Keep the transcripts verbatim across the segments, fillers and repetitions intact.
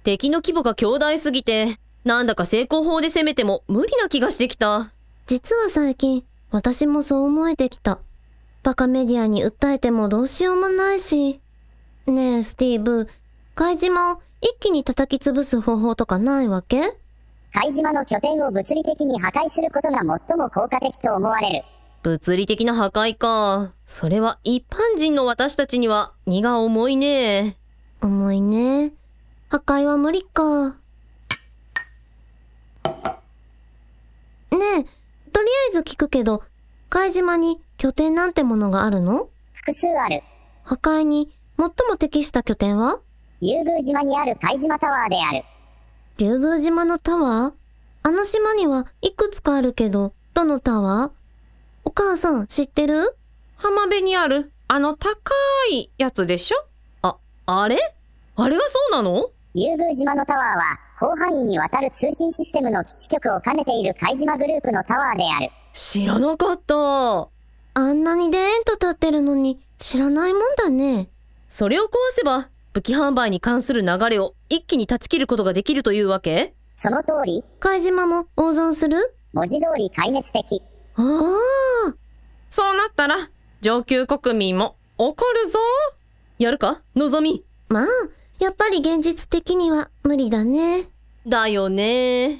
敵の規模が強大すぎて、なんだか成功法で攻めても無理な気がしてきた。 実は最近、私もそう思えてきた。バカメディアに訴えてもどうしようもないし。ねえ、スティーブ、貝島を一気に叩き潰す方法とかないわけ？ 貝島の拠点を物理的に破壊することが最も効果的と思われる。 物理的な破壊か。それは一般人の私たちには荷が重いね。 重いね。破壊は無理か。ねえ、とりあえず聞くけど、貝島に拠点なんてものがあるの？ 複数ある。 破壊に最も適した拠点は？ 竜宮島にある貝島タワーである。 竜宮島のタワー？あの島にはいくつかあるけど、どのタワー？お母さん知ってる？ 浜辺にあるあの高いやつでしょ？ あ、あれ？あれがそうなの？ 竜宮島のタワーは広範囲にわたる通信システムの基地局を兼ねている貝島グループのタワーである。 知らなかった。 あんなにでーんと立ってるのに知らないもんだね。 それを壊せば武器販売に関する流れを一気に断ち切ることができるというわけ？ その通り。 貝島も大損する？ 文字通り壊滅的。 ああ。 そうなったら上級国民も怒るぞ。 やるか、のぞみ。 まあ、やっぱり現実的には無理だね。 だよね。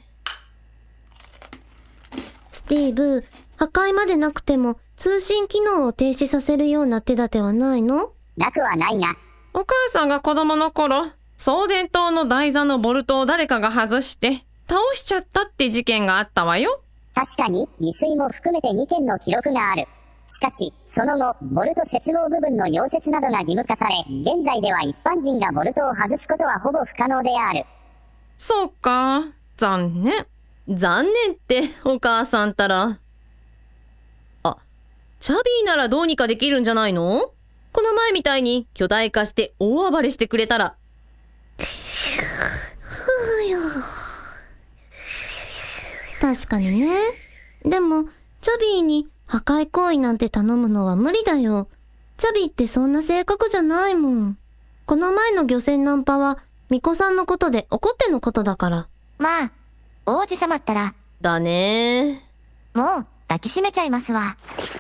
スティーブ、破壊までなくても通信機能を停止させるような手立てはないの？ なくはないが。 お母さんが子供の頃、送電塔の台座のボルトを誰かが外して倒しちゃったって事件があったわよ。 確かに未遂も含めてにけんの記録がある。しかし、その後、ボルト接合部分の溶接などが義務化され、現在では一般人がボルトを外すことはほぼ不可能である。 そうか、残念。 残念って、お母さんたら。あ、チャビーならどうにかできるんじゃないの？この前みたいに巨大化して大暴れしてくれたら。 確かにね。でも、チャビーに破壊行為なんて頼むのは無理だよ。チャビーってそんな性格じゃないもん。この前の漁船ナンパは、ミコさんのことで怒ってのことだから。 まあ、王子様ったら。 だねー。もう、抱きしめちゃいますわ。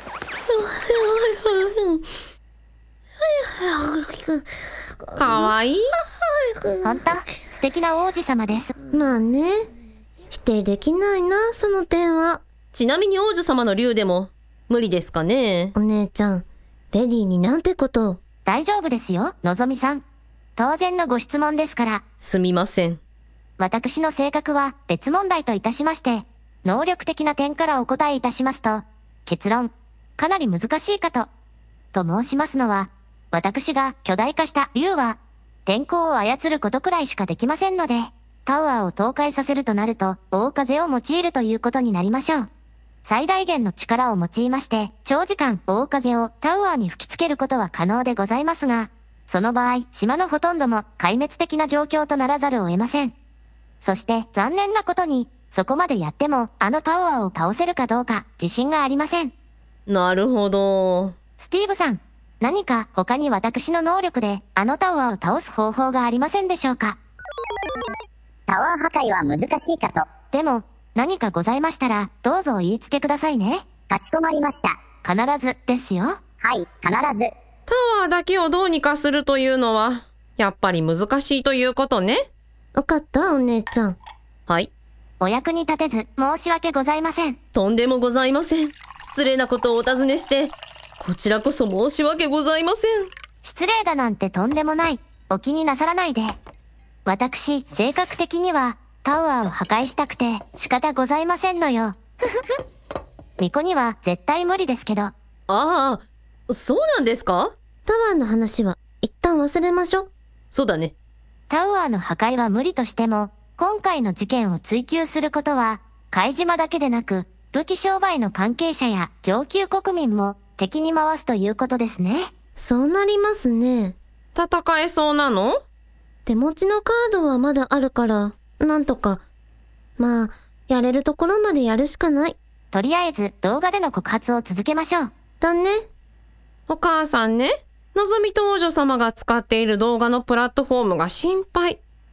かわいい。 ほんと、素敵な王子様です。 まあね。否定できないな、その点は。 ちなみに王女様の竜でも無理ですかね？ お姉ちゃん、レディーになんてことを。 大丈夫ですよ、のぞみさん。当然のご質問ですから。 すみません。 私の性格は別問題といたしまして、能力的な点からお答えいたしますと、結論、かなり難しいかと。と申しますのは、私が巨大化した竜は、天候を操ることくらいしかできませんので、タワーを倒壊させるとなると、大風を用いるということになりましょう。最大限の力を用いまして、長時間大風をタワーに吹きつけることは可能でございますが、その場合、島のほとんども壊滅的な状況とならざるを得ません。そして残念なことに、そこまでやってもあのタワーを倒せるかどうか自信がありません。 なるほど。 スティーブさん、何か他に私の能力であのタワーを倒す方法がありませんでしょうか？ タワー破壊は難しいかと。 でも、何かございましたら、どうぞお言いつけくださいね。 かしこまりました。 必ずですよ。 はい、必ず。 タワーだけをどうにかするというのは、やっぱり難しいということね。 わかった、お姉ちゃん。 はい。 お役に立てず、申し訳ございません。 とんでもございません。失礼なことをお尋ねして、こちらこそ申し訳ございません。 失礼だなんてとんでもない。お気になさらないで。私、性格的には、タワーを破壊したくて仕方ございませんのよ。ふふふ。巫女には絶対無理ですけど。 ああ、そうなんですか？ タワーの話は一旦忘れましょう。 そうだね。 タワーの破壊は無理としても、今回の事件を追及することは、貝島だけでなく、武器商売の関係者や上級国民も敵に回すということですね。 そうなりますね。 戦えそうなの？ 手持ちのカードはまだあるから、なんとか。まあ、やれるところまでやるしかない。 とりあえず動画での告発を続けましょう。 だね。 お母さんね、のぞみと王女様が使っている動画のプラットフォームが心配。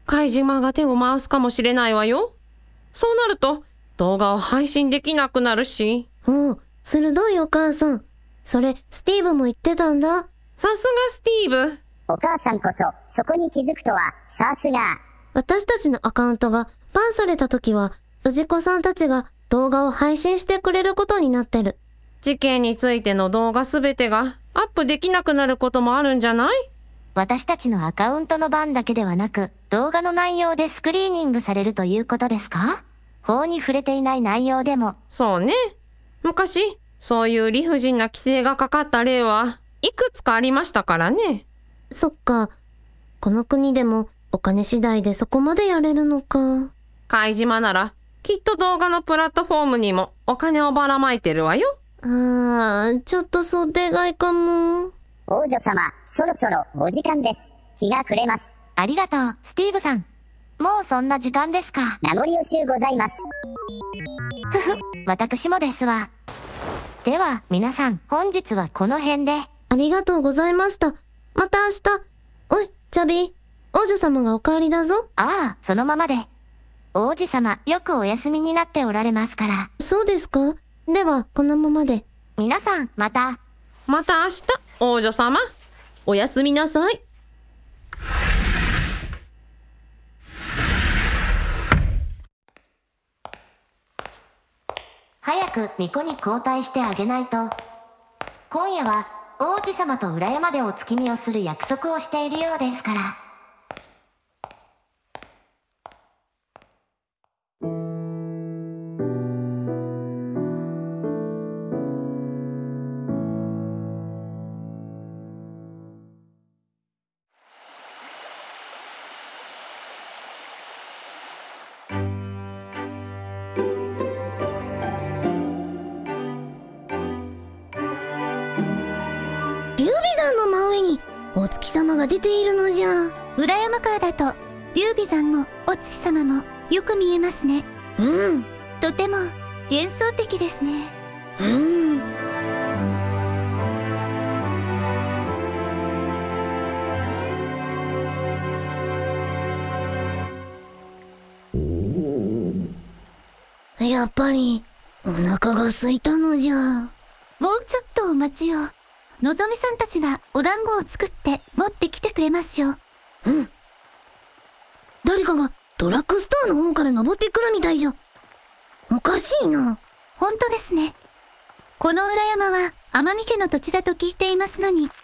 貝島が手を回すかもしれないわよ。そうなると動画を配信できなくなるし。 おう、鋭いお母さん。それ、スティーブも言ってたんだ。 さすがスティーブ。 お母さんこそ、そこに気づくとは、さすが。 私たちのアカウントがバンされた時は、氏子さんたちが動画を配信してくれることになってる。 事件についての動画すべてがアップできなくなることもあるんじゃない？ 私たちのアカウントの版だけではなく、動画の内容でスクリーニングされるということですか？法に触れていない内容でも。 そうね。昔、そういう理不尽な規制がかかった例はいくつかありましたからね。 そっか。この国でもお金次第でそこまでやれるのか。 貝島なら、きっと動画のプラットフォームにもお金をばらまいてるわよ。 あー、ちょっと想定外かも。 王女様、そろそろお時間です。日が暮れます。 ありがとう、スティーブさん。もうそんな時間ですか。 名残惜しゅうございます。 ふふ、私もですわ。では、皆さん、本日はこの辺で。 ありがとうございました。また明日。おい、チャビー。王女様がお帰りだぞ。 ああ、そのままで。王子様、よくお休みになっておられますから。 そうですか？では、このままで。 皆さん、また。 また明日、王女様。 おやすみなさい。 早く巫女に交代してあげないと。今夜は王子様と裏山でお月見をする約束をしているようですから。 劉備山の真上にお月様が出ているのじゃ。 裏山からだと劉備山もお月様もよく見えますね。 うん、 とても幻想的ですね。 うん。やっぱりお腹が空いたのじゃ。 もうちょっとお待ちを。のぞみさんたちがお団子を作って持ってきてくれますよ。 うん。誰かがドラッグストアの方から登ってくるみたいじゃ。おかしいな。 本当ですね。この裏山は天海家の土地だと聞いていますのに。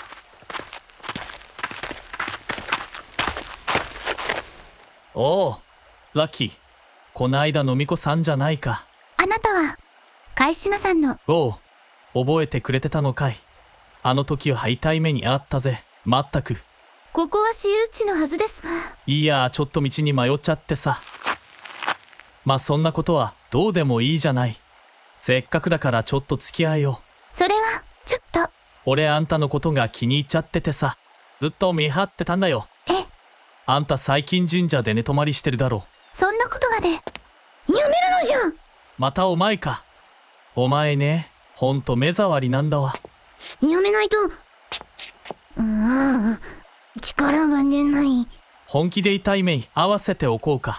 おお、ラッキー。こないだのみこさんじゃないか。 あなたは貝島さんの。 おお、覚えてくれてたのかい。あの時は痛い目にあったぜ。まったく。 ここは私有地のはずですが。 いや、ちょっと道に迷っちゃってさ。まあそんなことはどうでもいいじゃない。せっかくだからちょっと付き合えよう。 それはちょっと。 俺あんたのことが気に入っちゃっててさ。ずっと見張ってたんだよ。 え、 あんた最近神社で寝泊まりしてるだろ。 そんなことまで。 やめるのじゃ。 またお前か。お前ね、ほんと目障りなんだわ。 やめないと。ああ、力が出ない。 本気で痛い目に合わせておこうか。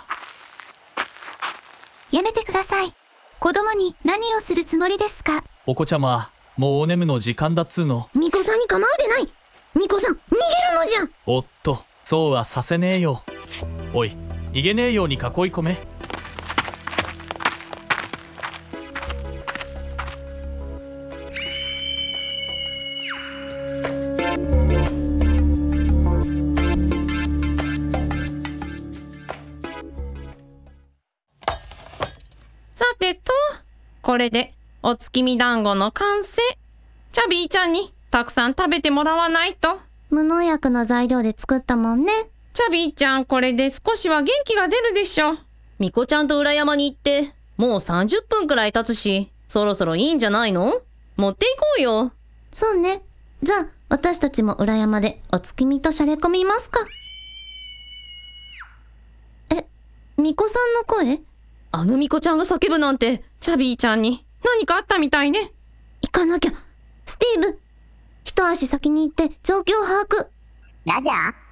やめてください。子供に何をするつもりですか？ お子ちゃま、もうお眠の時間だっつーの。 巫女さんに構うでない。巫女さん、逃げるのじゃ。 おっと、そうはさせねえよ。おい、逃げねえように囲い込め。 さてと、これでお月見団子の完成。チャビーちゃんにたくさん食べてもらわないと。 無農薬の材料で作ったもんね。 チャビーちゃん、これで少しは元気が出るでしょ。 みこちゃんと裏山に行ってもうさんじゅっぷんくらい経つし、そろそろいいんじゃないの？持っていこうよ。 そうね。じゃあ私たちも裏山でお月見としゃれ込みますか。え、巫女さんの声？ あのみこちゃんが叫ぶなんて。 チャビーちゃんに何かあったみたいね。 行かなきゃ。スティーブ、一足先に行って状況把握。 ラジャー。